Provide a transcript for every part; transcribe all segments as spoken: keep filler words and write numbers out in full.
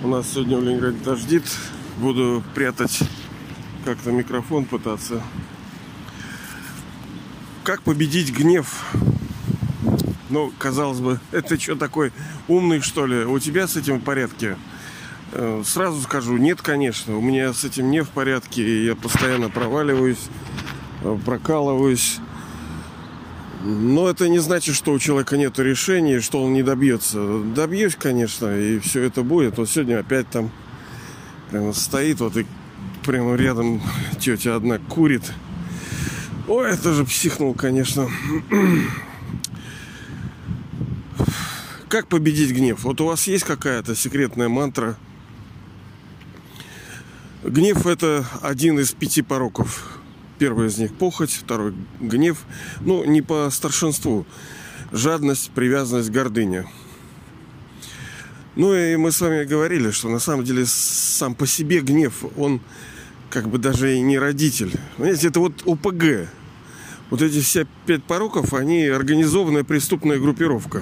У нас сегодня в Ленинграде дождит. Буду прятать как-то микрофон, пытаться. Как победить гнев? Ну, казалось бы, это что такой умный, что ли? У тебя с этим в порядке? Сразу скажу, нет, конечно. У меня с этим не в порядке. И я постоянно проваливаюсь, прокалываюсь. Но это не значит, что у человека нет решения, что он не добьется. Добьюсь, конечно, и все это будет. Вот сегодня опять там прямо стоит, вот и прямо рядом тетя одна курит. Ой, это же психнул, конечно. Как победить гнев? Вот у вас есть какая-то секретная мантра? Гнев – это один из пяти пороков. Первый из них – похоть, второй – гнев. Ну, не по старшинству. Жадность, привязанность, гордыня. Ну, и мы с вами говорили, что на самом деле сам по себе гнев, он как бы даже и не родитель. Понимаете, это вот о пэ гэ. Вот эти все пять пороков, они организованная преступная группировка.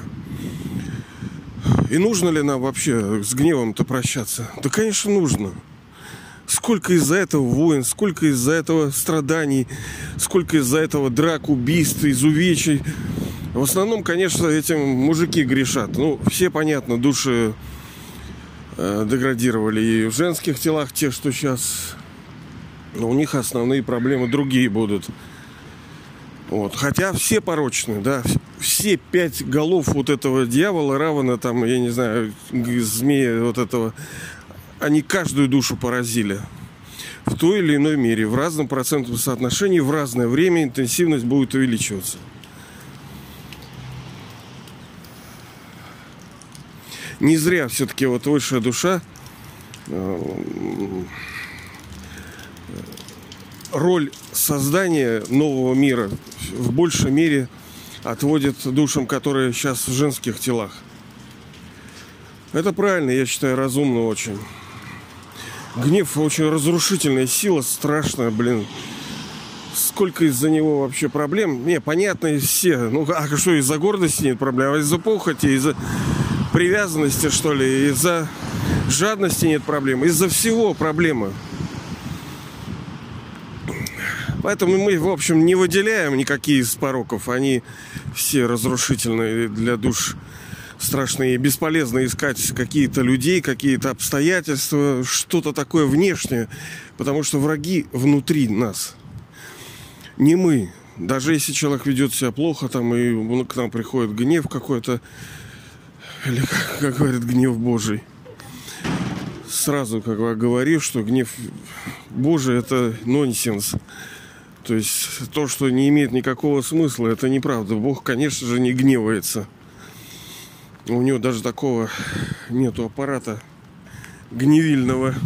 И нужно ли нам вообще с гневом-то прощаться? Да, конечно, нужно. Сколько из-за этого войн, сколько из-за этого страданий, сколько из-за этого драк, убийств, изувечий. В основном, конечно, этим мужики грешат. Ну, все, понятно, души э, деградировали и в женских телах, те, что сейчас. Но у них основные проблемы другие будут. Вот. Хотя все порочные, да. Все пять голов вот этого дьявола, равана, там, я не знаю, змея вот этого, они каждую душу поразили в той или иной мере, в разном процентном соотношении, в разное время интенсивность будет увеличиваться. Не зря все-таки вот высшая душа роль создания нового мира в большей мере отводит душам, которые сейчас в женских телах. Это правильно, я считаю, разумно очень. Гнев очень разрушительная сила, страшная, блин. Сколько из-за него вообще проблем? Не, понятно, все. Ну, а что, из-за гордости нет проблем? А из-за похоти, из-за привязанности, что ли? Из-за жадности нет проблем? Из-за всего проблемы. Поэтому мы, в общем, не выделяем никакие из пороков. Они все разрушительные для душ. Страшно и бесполезно искать какие-то людей, какие-то обстоятельства, что-то такое внешнее, потому что враги внутри нас. Не мы. Даже если человек ведет себя плохо, там и к нам приходит гнев какой-то, или, как, как говорят, гнев Божий. Сразу, как я говорю, что гнев Божий – это нонсенс. То есть то, что не имеет никакого смысла, это неправда. Бог, конечно же, не гневается. У него даже такого нету аппарата гневильного.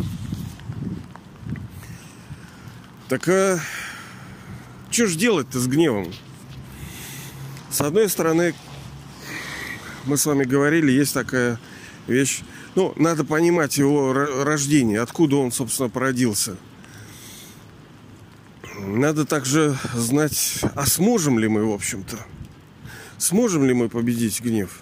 Так а что ж делать-то с гневом? С одной стороны, мы с вами говорили, есть такая вещь. Ну, надо понимать его рождение, откуда он, собственно, породился. Надо также знать, а сможем ли мы, в общем-то, сможем ли мы победить гнев?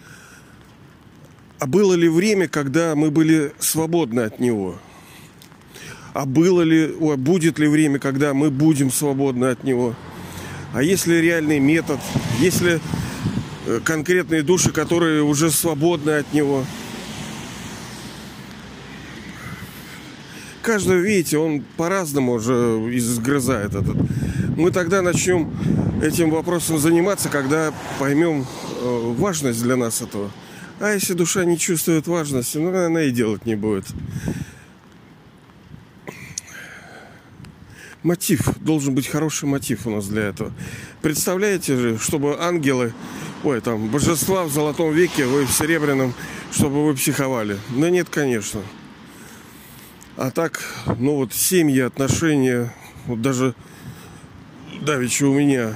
А было ли время, когда мы были свободны от него? А было ли, о, будет ли время, когда мы будем свободны от него? А есть ли реальный метод? Есть ли конкретные души, которые уже свободны от него? Каждый, видите, он по-разному уже изгрызает этот. Мы тогда начнем этим вопросом заниматься, когда поймем важность для нас этого. А если душа не чувствует важности, ну, она и делать не будет. Мотив. Должен быть хороший мотив у нас для этого. Представляете же, чтобы ангелы, ой, там, божества в золотом веке, вы в серебряном, чтобы вы психовали? Да нет, конечно. А так, ну вот семьи, отношения, вот даже давеча у меня.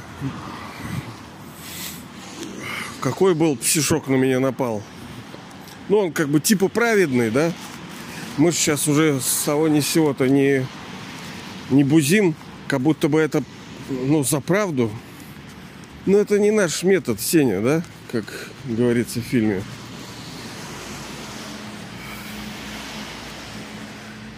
Какой был псишок на меня напал. Ну, он как бы типа праведный, да? Мы же сейчас уже с того ни с сего-то не, не бузим, как будто бы это, ну, за правду. Но это не наш метод, Сеня, да? Как говорится в фильме.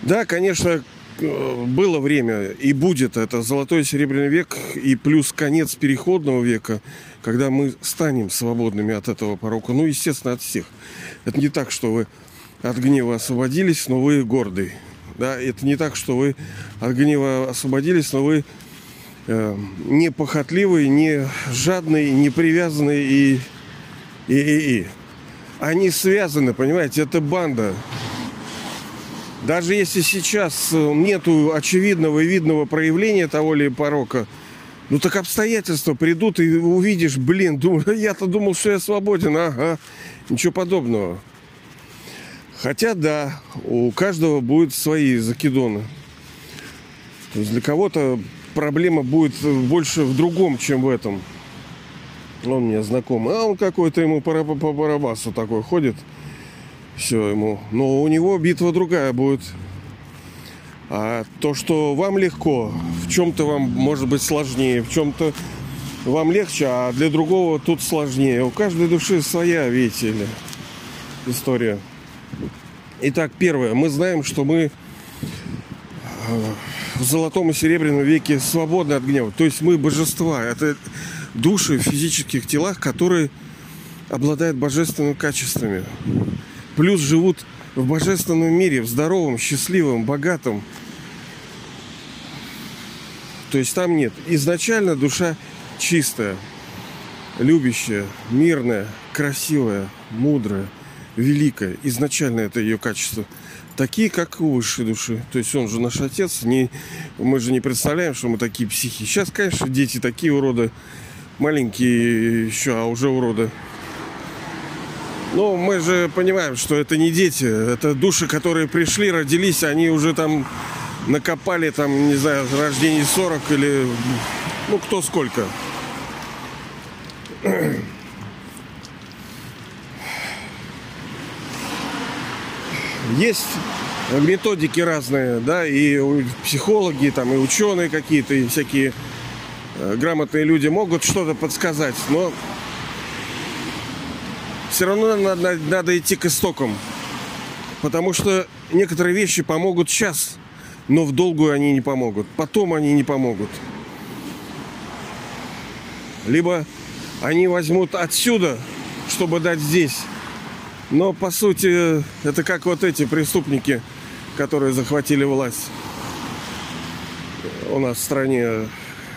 Да, конечно, было время и будет это золотой серебряный век и плюс конец переходного века, когда мы станем свободными от этого порока. Ну, естественно, от всех. Это не так, что вы от гнева освободились, но вы гордый. Да, это не так, что вы от гнева освободились, но вы э, не похотливый, не жадный, не привязанный и, и, и, и. Они связаны, понимаете, это банда. Даже если сейчас нету очевидного и видного проявления того ли порока, ну так обстоятельства придут, и увидишь, блин, думаю, я-то думал, что я свободен, ага, ничего подобного. Хотя, да, у каждого будут свои закидоны. То есть для кого-то проблема будет больше в другом, чем в этом. Он мне знакомый, а он какой-то ему по барабасу такой ходит. Все ему. Но у него битва другая будет. А то, что вам легко, в чем-то вам может быть сложнее, в чем-то вам легче, а для другого тут сложнее. У каждой души своя, видите ли, история. Итак, первое. Мы знаем, что мы в золотом и серебряном веке свободны от гнева. То есть мы божества. Это души в физических телах, которые обладают божественными качествами. Плюс живут в божественном мире, в здоровом, счастливом, богатом. То есть там нет. Изначально душа чистая, любящая, мирная, красивая, мудрая, великая. Изначально это ее качество. Такие, как у высшей души. То есть он же наш отец. Не, мы же не представляем, что мы такие психи. Сейчас, конечно, дети такие уроды. Маленькие еще, а уже уроды. Но мы же понимаем, что это не дети. Это души, которые пришли, родились. Они уже там накопали, там, не знаю, рождений сорок или... Ну, кто сколько. Есть методики разные, да, и психологи, там, и ученые какие-то, и всякие грамотные люди могут что-то подсказать, но все равно надо, надо идти к истокам, потому что некоторые вещи помогут сейчас, но в долгую они не помогут, потом они не помогут. Либо они возьмут отсюда, чтобы дать здесь. Но, по сути, это как вот эти преступники, которые захватили власть у нас в стране.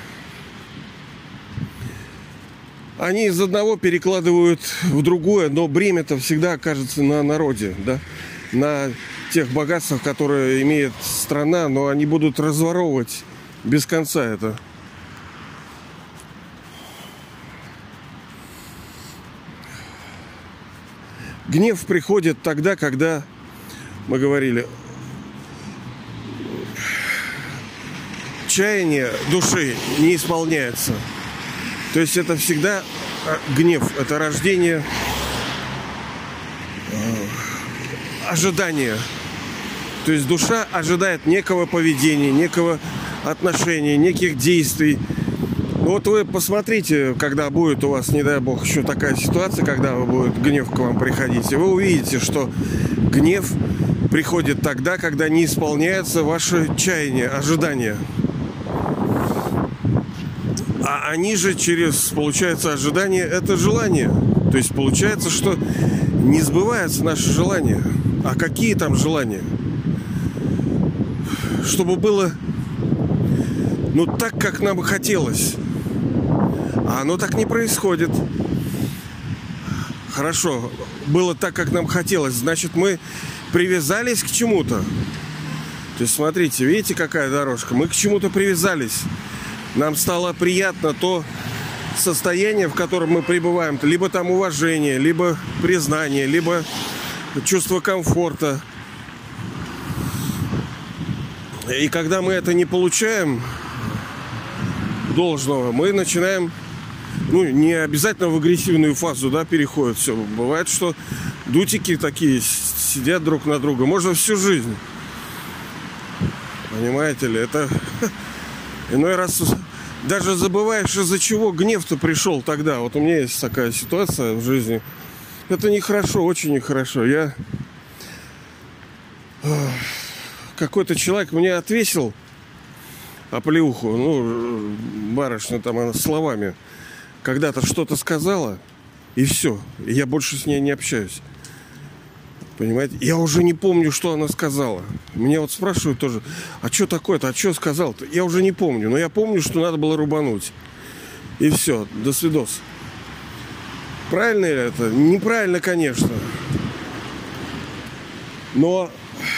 Они из одного перекладывают в другое, но бремя-то всегда окажется на народе, да? На тех богатствах, которые имеет страна, но они будут разворовывать без конца это. Гнев приходит тогда, когда, мы говорили, чаяние души не исполняется. То есть это всегда гнев, это рождение ожидания. То есть душа ожидает некого поведения, некого отношения, неких действий. Вот вы посмотрите, когда будет у вас, не дай бог, еще такая ситуация, когда будет гнев к вам приходить, и вы увидите, что гнев приходит тогда, когда не исполняется ваше чаяние, ожидание. А они же через, получается, ожидание, это желание. То есть получается, что не сбывается наше желание. А какие там желания? Чтобы было, ну, так, как нам хотелось. А оно так не происходит. Хорошо, было так, как нам хотелось. Значит, мы привязались к чему-то. То есть, смотрите, видите, какая дорожка? Мы к чему-то привязались. Нам стало приятно то состояние, в котором мы пребываем. Либо там уважение, либо признание, либо чувство комфорта. И когда мы это не получаем должного, мы начинаем, ну, не обязательно в агрессивную фазу, да, переходит все. Бывает, что дутики такие сидят друг на друга. Можно всю жизнь. Понимаете ли, это иной раз даже забываешь, из-за чего гнев-то пришел тогда. Вот у меня есть такая ситуация в жизни. Это нехорошо, очень нехорошо. Я какой-то человек мне отвесил оплеуху, ну, барышня там, она словами когда-то что-то сказала, и все, и я больше с ней не общаюсь. Понимаете? Я уже не помню, что она сказала. Меня вот спрашивают тоже, а что такое-то, а что сказал-то? Я уже не помню, но я помню, что надо было рубануть. И все, до свидос. Правильно ли это? Неправильно, конечно. Но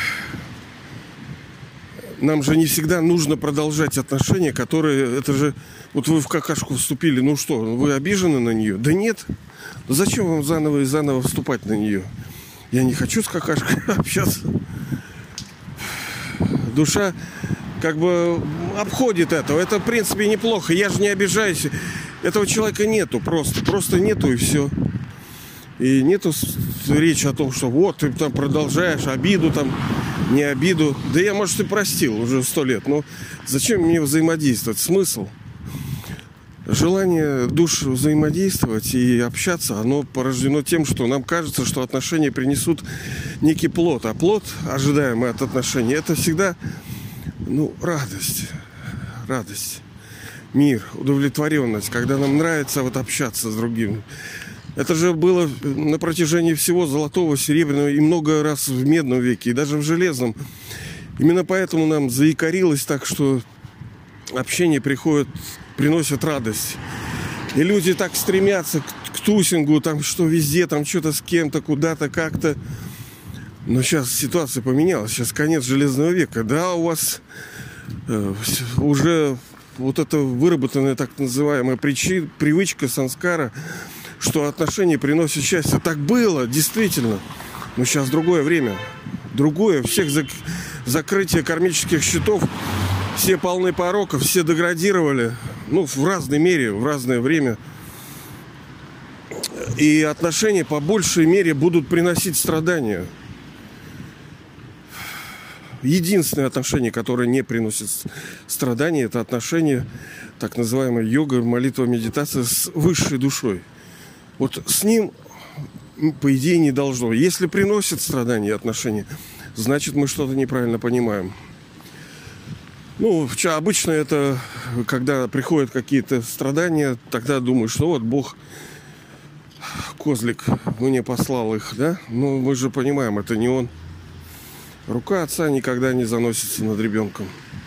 нам же не всегда нужно продолжать отношения, которые... Это же... Вот вы в какашку вступили, ну что, вы обижены на нее? Да нет. Ну зачем вам заново и заново вступать на нее? Я не хочу с какашкой общаться. Душа как бы обходит этого. Это, в принципе, неплохо. Я же не обижаюсь. Этого человека нету просто. Просто нету и все. И нету речи о том, что вот ты там продолжаешь обиду там, не обиду. Да я, может, и простил уже сто лет. Но зачем мне взаимодействовать? Смысл? Желание душ взаимодействовать и общаться, оно порождено тем, что нам кажется, что отношения принесут некий плод. А плод, ожидаемый от отношений, это всегда, ну, радость. Радость. Мир, удовлетворенность, когда нам нравится вот общаться с другим. Это же было на протяжении всего золотого, серебряного и много раз в медном веке, и даже в железном. Именно поэтому нам заикарилось так, что общение приходит, приносит радость. И люди так стремятся к, к тусингу, там что везде, там что-то с кем-то, куда-то, как-то. Но сейчас ситуация поменялась. Сейчас конец железного века. Да, у вас э, уже вот эта выработанная так называемая причи, привычка санскара, что отношения приносят счастье. Так было, действительно. Но сейчас другое время. Другое. Всех зак... закрытие кармических счетов. Все полны пороков, все деградировали. Ну, в разной мере, в разное время. И отношения по большей мере будут приносить страдания. Единственное отношение, которое не приносит страданий, это отношение, так называемая йога, молитва, медитация с высшей душой. Вот с ним, по идее, не должно. Если приносит страдания отношения, значит, мы что-то неправильно понимаем. Ну, обычно это, когда приходят какие-то страдания, тогда думаешь, что вот Бог, козлик, мне послал их, да? Но мы же понимаем, это не он. Рука отца никогда не заносится над ребенком.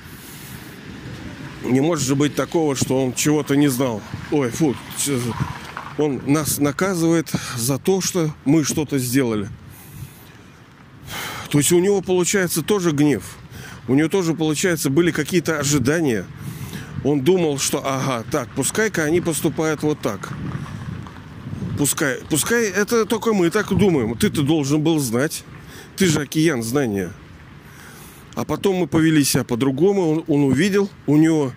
Не может же быть такого, что он чего-то не знал. Ой, фу, он нас наказывает за то, что мы что-то сделали. То есть у него получается тоже гнев. У него тоже, получается, были какие-то ожидания. Он думал, что, ага, так, пускай-ка они поступают вот так. Пускай, пускай это только мы так думаем. Ты-то должен был знать. Ты же океан знания. А потом мы повели себя по-другому. Он, он увидел, у него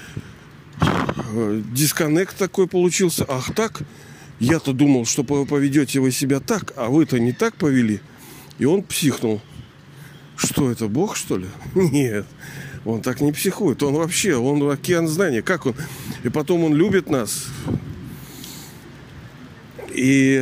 дисконнект такой получился. Ах так, я-то думал, что поведете вы себя так, а вы-то не так повели. И он психнул. Что это, Бог, что ли? Нет, он так не психует. Он вообще, он океан знаний. Как он? И потом он любит нас. И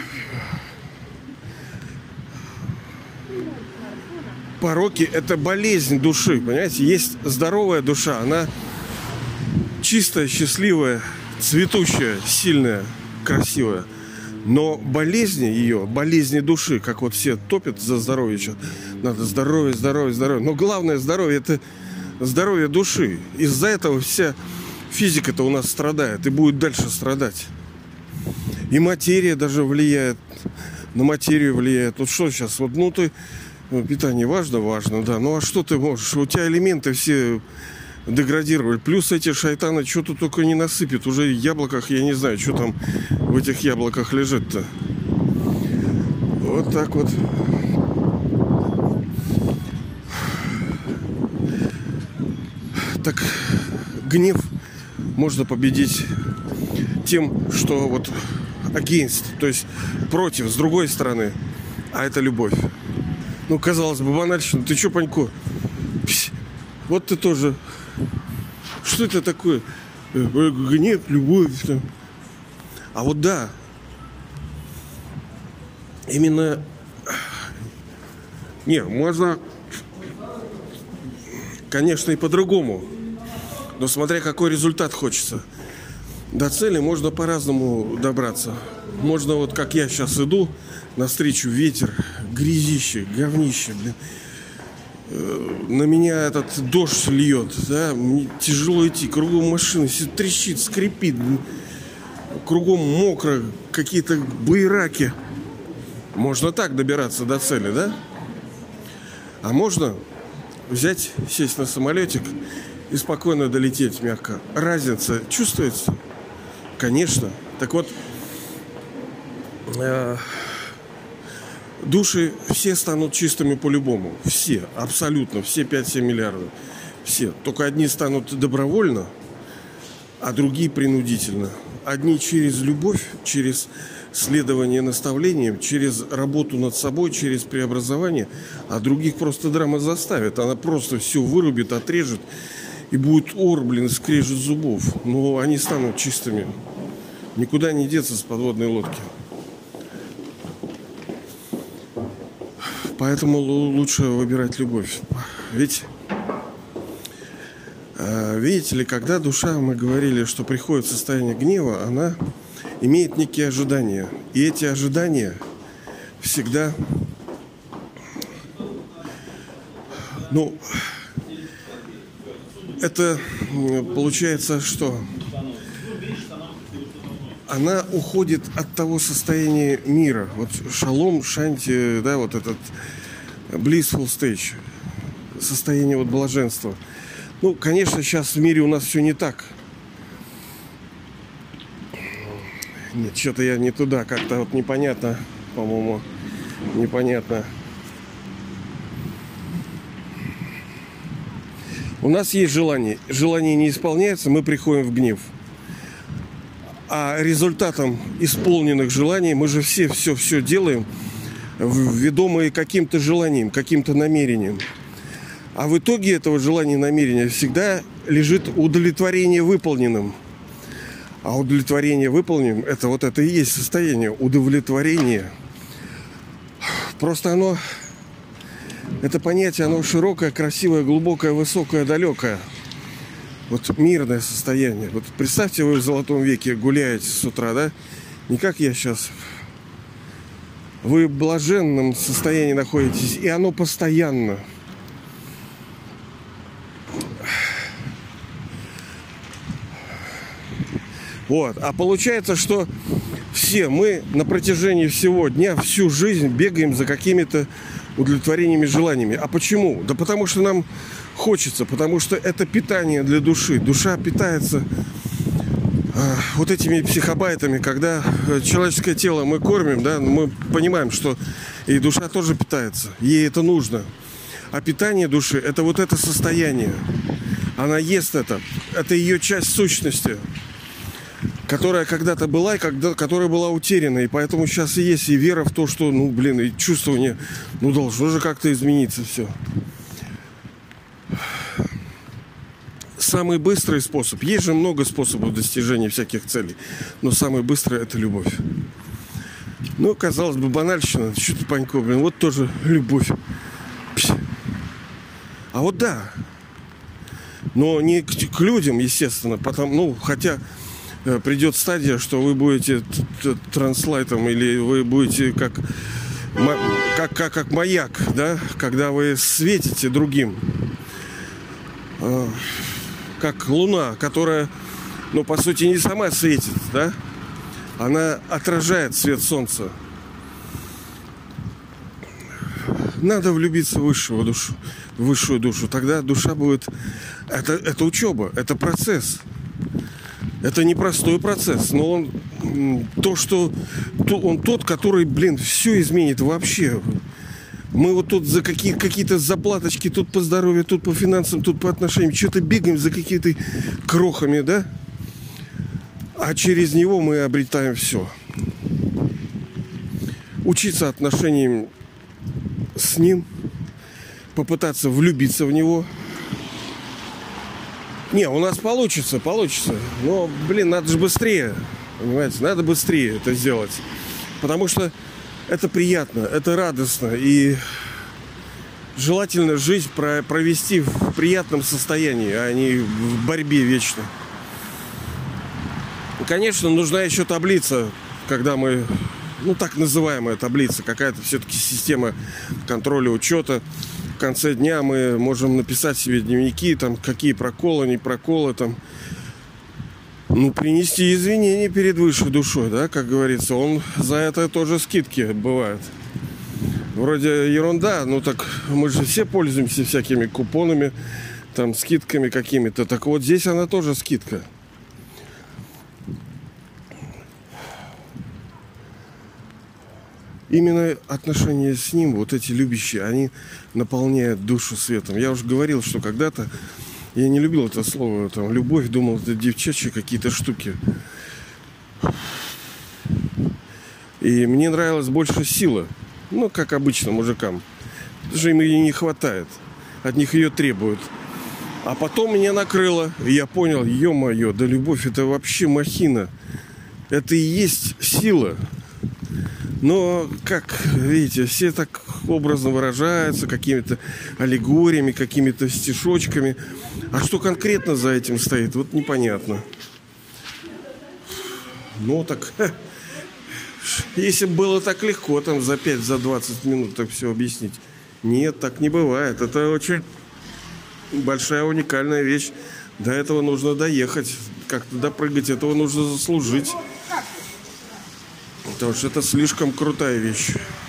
пороки – это болезнь души, понимаете? Есть здоровая душа, она чистая, счастливая, цветущая, сильная, красивая. Но болезни ее, болезни души, как вот все топят за здоровье сейчас, надо здоровье, здоровье, здоровье. Но главное здоровье – это здоровье души. Из-за этого вся физика-то у нас страдает и будет дальше страдать. И материя даже влияет, на материю влияет. Вот что сейчас, вот, ну ты, питание важно, важно, да, ну а что ты можешь? У тебя элементы все деградировали. Плюс эти шайтаны что-то только не насыпят. Уже в яблоках, я не знаю, что там в этих яблоках лежит-то. Вот так вот. Так гнев можно победить тем, что вот against, то есть против, с другой стороны. А это любовь. Ну, казалось бы, банальщина. Ты что, Панько? Псь, вот ты тоже. Что это такое? Гнев, любовь. А вот да. Именно... Не, можно конечно, и по-другому. Но смотря какой результат хочется. До цели можно по-разному добраться. Можно вот как я сейчас иду, навстречу ветер, грязище, говнище, блин. На меня этот дождь льет, да, мне тяжело идти, кругом машины, все трещит, скрипит, кругом мокро, какие-то буераки. Можно так добираться до цели, да? А можно взять, сесть на самолетик и спокойно долететь мягко. Разница чувствуется? Конечно. Так вот, э, души все станут чистыми по-любому. Все, абсолютно, все пять-семь миллиардов. Все. Только одни станут добровольно, а другие принудительно. Одни через любовь, через следование наставлениям, через работу над собой, через преобразование, а других просто драма заставит. Она просто все вырубит, отрежет, и будет ор, блин, скрежет зубов. Но они станут чистыми. Никуда не деться с подводной лодки. Поэтому лучше выбирать любовь. Ведь, видите ли, когда душа, мы говорили, что приходит состояние гнева, она имеет некие ожидания. И эти ожидания всегда, ну, это получается, что она уходит от того состояния мира. Вот шалом, шанти, да, вот этот blissful stage, состояние вот блаженства. Ну, конечно, сейчас в мире у нас все не так. Нет, что-то я не туда, как-то вот непонятно, по-моему, непонятно. У нас есть желание. Желание не исполняется, мы приходим в гнев. А результатом исполненных желаний мы же все все-все делаем, ведомые каким-то желанием, каким-то намерением. А в итоге этого желания и намерения всегда лежит удовлетворение выполненным. А удовлетворение выполненным, это вот это и есть состояние удовлетворения. Просто оно, это понятие, оно широкое, красивое, глубокое, высокое, далекое. Вот мирное состояние. Вот представьте, вы в золотом веке гуляете с утра, да? Не как я сейчас. Вы в блаженном состоянии находитесь, и оно постоянно. Вот. А получается, что все мы на протяжении всего дня, всю жизнь бегаем за какими-то удовлетворениями, желаниями. А почему? Да потому что нам хочется, потому что это питание для души. Душа питается э, вот этими психобайтами. Когда человеческое тело мы кормим, да, мы понимаем, что и душа тоже питается. Ей это нужно. А питание души – это вот это состояние. Она ест это. Это ее часть сущности, которая когда-то была и когда, которая была утеряна. И поэтому сейчас и есть и вера в то, что, ну, блин, и чувствование, ну, должно же как-то измениться все. Самый быстрый способ. Есть же много способов достижения всяких целей. Но самый быстрый – это любовь. Ну, казалось бы, банальщина. Что-то панько, блин, вот тоже любовь. Пш. А вот да. Но не к, к людям, естественно. Потом, ну, хотя придет стадия, что вы будете транслайтом или вы будете как, как, как, как маяк, да, когда вы светите другим. Как луна, которая, ну, по сути, не сама светит, да? Она отражает свет солнца. Надо влюбиться в высшую душу, в высшую душу. Тогда душа будет... Это, это учеба, это процесс. Это непростой процесс, но он то, что он тот, который, блин, все изменит вообще. Мы вот тут за какие, какие-то заплаточки, тут по здоровью, тут по финансам, тут по отношениям, что-то бегаем за какими-то крохами, да? А через него мы обретаем все. Учиться отношениям с ним, попытаться влюбиться в него. Не, у нас получится, получится. Но, блин, надо же быстрее. Понимаете, надо быстрее это сделать. Потому что это приятно, это радостно. И желательно жизнь провести в приятном состоянии, а не в борьбе вечно. И, конечно, нужна еще таблица, когда мы, ну, так называемая таблица, какая-то все-таки система контроля, учета. В конце дня мы можем написать себе дневники, там, какие проколы, не проколы, там, ну, принести извинения перед высшей душой, да, как говорится. Он за это тоже скидки бывают. Вроде ерунда, ну так мы же все пользуемся всякими купонами, там, скидками какими-то. Так вот, здесь она тоже скидка. Именно отношения с ним, вот эти любящие, они наполняют душу светом. Я уже говорил, что когда-то я не любил это слово, там, любовь, думал, это девчачьи какие-то штуки. И мне нравилась больше сила. Ну, как обычно мужикам. Потому что им ее не хватает. От них ее требуют. А потом меня накрыло. И я понял, ё-моё, да любовь это вообще махина. Это и есть сила. Но, как видите, все так образно выражаются, какими-то аллегориями, какими-то стишочками. А что конкретно за этим стоит, вот непонятно. Ну, так... Если бы было так легко, там, за пять-двадцать минут так все объяснить. Нет, так не бывает. Это очень большая уникальная вещь. До этого нужно доехать, как-то допрыгать. Этого нужно заслужить. Потому что это слишком крутая вещь.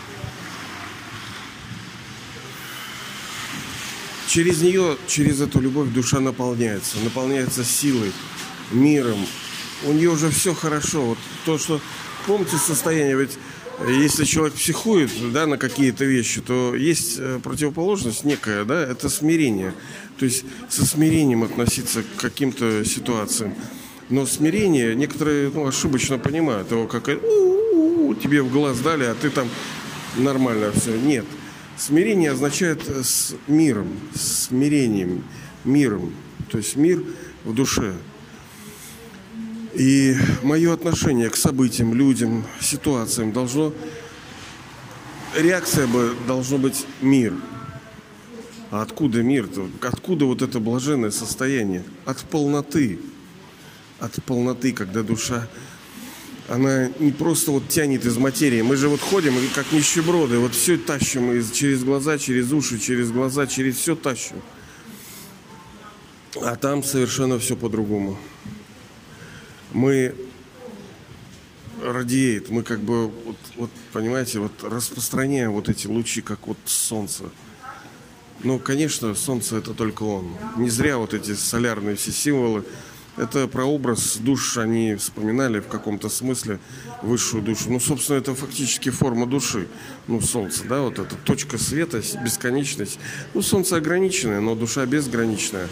Через нее, через эту любовь душа наполняется. Наполняется силой, миром. У нее уже все хорошо. Вот то, что... Помните состояние, ведь если человек психует, да, на какие-то вещи, то есть противоположность некая, да, это смирение. То есть со смирением относиться к каким-то ситуациям. Но смирение некоторые, ну, ошибочно понимают его, как у-у-у, тебе в глаз дали, а ты там нормально все. Нет. Смирение означает с миром, с смирением, миром. То есть мир в душе. И мое отношение к событиям, людям, ситуациям должно... Реакция бы должно быть мир. А откуда мир-то? Откуда вот это блаженное состояние? От полноты. От полноты, когда душа, она не просто вот тянет из материи. Мы же вот ходим, как нищеброды, вот все тащим из, через глаза, через уши, через глаза, через все тащим. А там совершенно все по-другому. Мы радиет, мы как бы, вот, вот, понимаете, вот распространяем вот эти лучи, как вот солнце. Ну, конечно, солнце это только он. Не зря вот эти солярные все символы. Это прообраз душ, они вспоминали в каком-то смысле высшую душу. Ну, собственно, это фактически форма души. Ну, солнце, да, вот эта точка света, бесконечность. Ну, солнце ограниченное, но душа безграничная.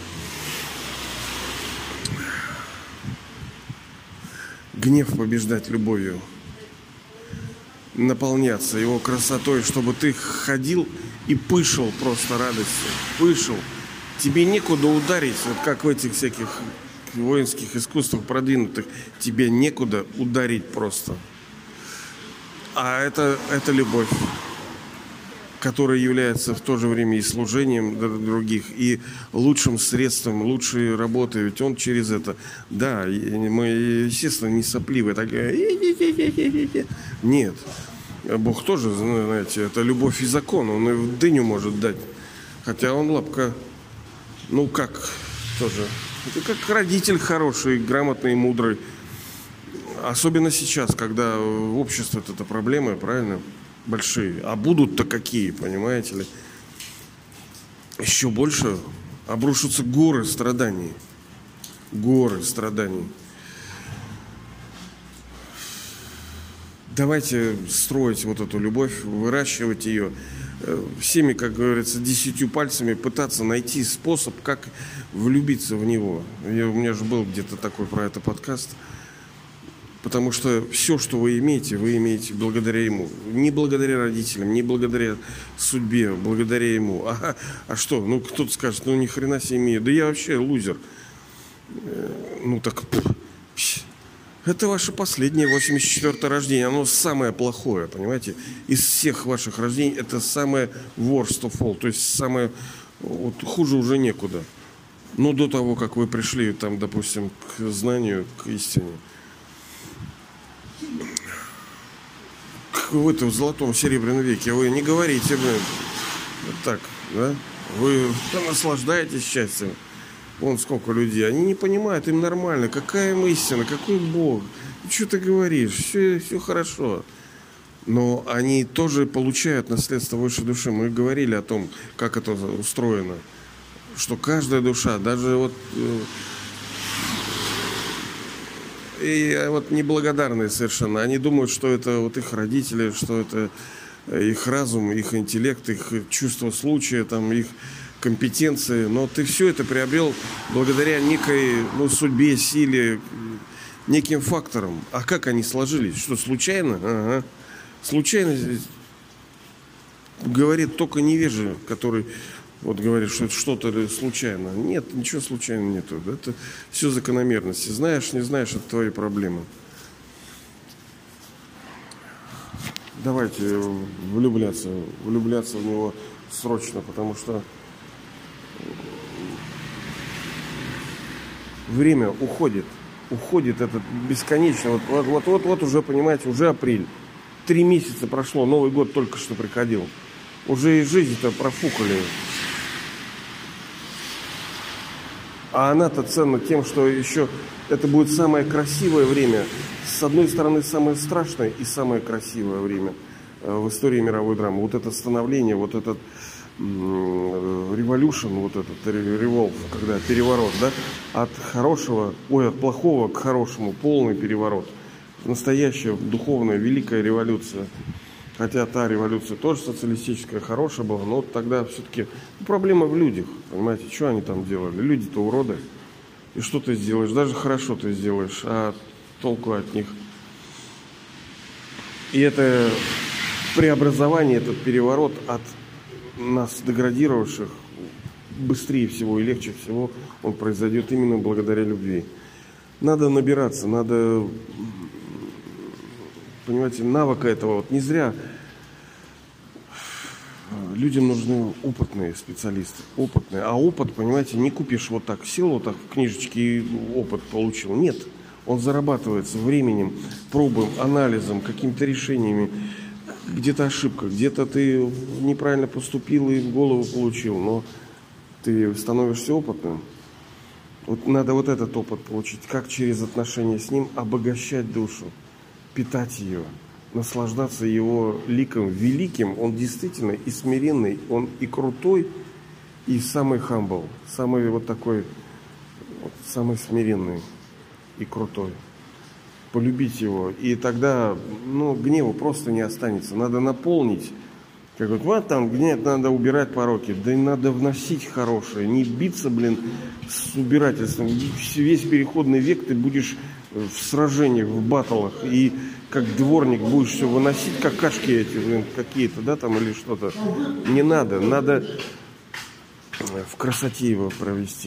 Гнев побеждать любовью, наполняться его красотой, чтобы ты ходил и пышил просто радостью, пышил. Тебе некуда ударить, вот как в этих всяких воинских искусствах продвинутых, тебе некуда ударить просто. А это, это любовь, которая является в то же время и служением других, и лучшим средством, лучшей работой. Ведь он через это... Да, мы, естественно, не сопливые. Так... Нет. Бог тоже, знаете, это любовь и закон. Он и в дыню может дать. Хотя он лапка... Ну, как тоже... Это как родитель хороший, грамотный, мудрый. Особенно сейчас, когда в обществе это проблемы, правильно? Большие. А будут-то какие, понимаете ли? Еще больше обрушатся горы страданий. Горы страданий. Давайте строить вот эту любовь, выращивать ее. Всеми, как говорится, десятью пальцами пытаться найти способ, как влюбиться в него. Я, у меня же был где-то такой про это подкаст. Потому что все, что вы имеете, вы имеете благодаря ему. Не благодаря родителям, не благодаря судьбе, благодаря ему. А, а что? Ну, кто-то скажет, ну, ни хрена себе имею. Да я вообще лузер. Ну, так... Это ваше последнее восемьдесят четвёртое рождение. Оно самое плохое, понимаете? Из всех ваших рождений это самое worst of all. То есть самое... Вот, хуже уже некуда. Но до того, как вы пришли, там, допустим, к знанию, к истине. Вы-то в золотом серебряном веке. Вы не говорите, блин, вот так, да? Вы наслаждаетесь счастьем. Вон сколько людей. Они не понимают, им нормально. Какая им истина, какой Бог? Что ты говоришь? Все, все хорошо. Но они тоже получают наследство высшей души. Мы говорили о том, как это устроено. Что каждая душа, даже вот... И вот неблагодарные совершенно. Они думают, что это вот их родители, что это их разум, их интеллект, их чувство случая, там, их компетенции. Но ты все это приобрел благодаря некой, ну, судьбе, силе, неким факторам. А как они сложились? Что, случайно? Ага. Случайно говорит только невежа, который вот говорит, что это что-то случайно. Нет, ничего случайного нету. Это все закономерности. Знаешь, не знаешь, это твои проблемы. Давайте влюбляться. Влюбляться в него срочно, потому что время уходит. Уходит это бесконечно. Вот, вот, вот, вот, вот уже, понимаете, уже апрель. Три месяца прошло, Новый год только что приходил. Уже и жизнь-то профукали. А она-то ценна тем, что еще это будет самое красивое время. С одной стороны, самое страшное и самое красивое время в истории мировой драмы. Вот это становление, вот этот революшн, вот этот револв, когда переворот, да, от хорошего, ой, от плохого к хорошему, полный переворот. Настоящая духовная великая революция. Хотя та революция тоже социалистическая, хорошая была, но вот тогда все-таки проблема в людях. Понимаете, что они там делали? Люди-то уроды. И что ты сделаешь? Даже хорошо ты сделаешь, а толку от них. И это преобразование, этот переворот от нас деградировавших быстрее всего и легче всего он произойдет именно благодаря любви. Надо набираться, надо... Понимаете, навыка этого вот не зря людям нужны опытные специалисты, опытные. А опыт, понимаете, не купишь вот так, сел вот так в книжечке и опыт получил. Нет, он зарабатывается временем, пробой, анализом, какими-то решениями. Где-то ошибка, где-то ты неправильно поступил и в голову получил, но ты становишься опытным. Вот надо вот этот опыт получить, как через отношения с ним обогащать душу, питать ее, наслаждаться его ликом великим. Он действительно и смиренный, он и крутой, и самый humble, самый вот такой, вот, самый смиренный и крутой. Полюбить его, и тогда, ну, гнева просто не останется. Надо наполнить. Как вот, вот там гнев, надо убирать пороки. Да и надо вносить хорошее. Не биться, блин, с убирательством. Весь переходный век ты будешь в сражениях, в баттлах. И как дворник будешь все выносить, какашки эти, блин, какие-то, да, там, или что-то. Не надо. Надо в красоте его провести.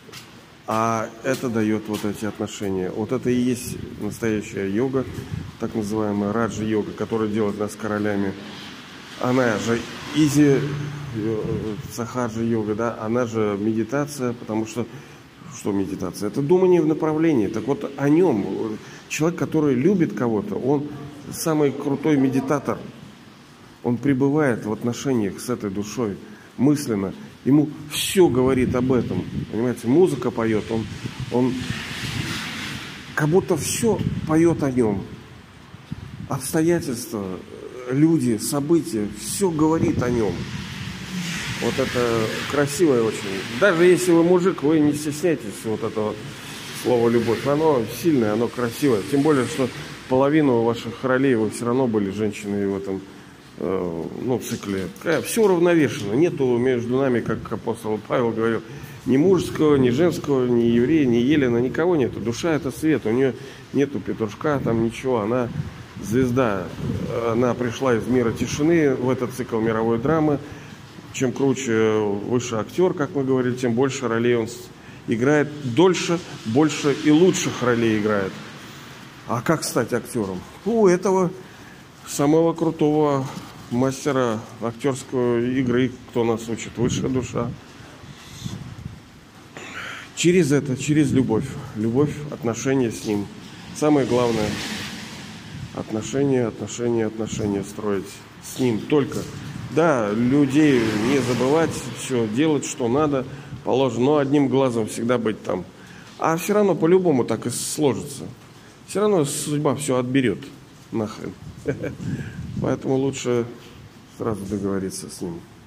А это дает вот эти отношения. Вот это и есть настоящая йога, так называемая раджа-йога, которая делает нас королями. Она же изи сахаджа-йога, да, она же медитация, потому что, что медитация? Это думание в направлении. Так вот о нем. Человек, который любит кого-то, он самый крутой медитатор. Он пребывает в отношениях с этой душой мысленно. Ему все говорит об этом. Понимаете, музыка поет, он, он как будто все поет о нем. Обстоятельства, люди, события, все говорит о нем. Вот это красивое очень. Даже если вы мужик, вы не стесняйтесь вот этого слова любовь. Оно сильное, оно красивое. Тем более, что половину ваших ролей вы все равно были женщиной в этом, ну, цикле. Все уравновешено. Нету между нами, как апостол Павел говорил, ни мужского, ни женского, ни еврея, ни Елена, никого нету. Душа — это свет. У нее нету петушка, там ничего. Она звезда. Она пришла из мира тишины в этот цикл мировой драмы. Чем круче, выше актер, как мы говорили, тем больше ролей он играет. Дольше, больше и лучших ролей играет. А как стать актером? У этого самого крутого мастера актерской игры, кто нас учит, высшая душа. Через это, через любовь. Любовь, отношения с ним. Самое главное – отношения, отношения, отношения строить с ним только. Да, людей не забывать, все делать, что надо, положено, но одним глазом всегда быть там. А все равно по-любому так и сложится. Все равно судьба все отберет нахрен. Поэтому лучше сразу договориться с ним.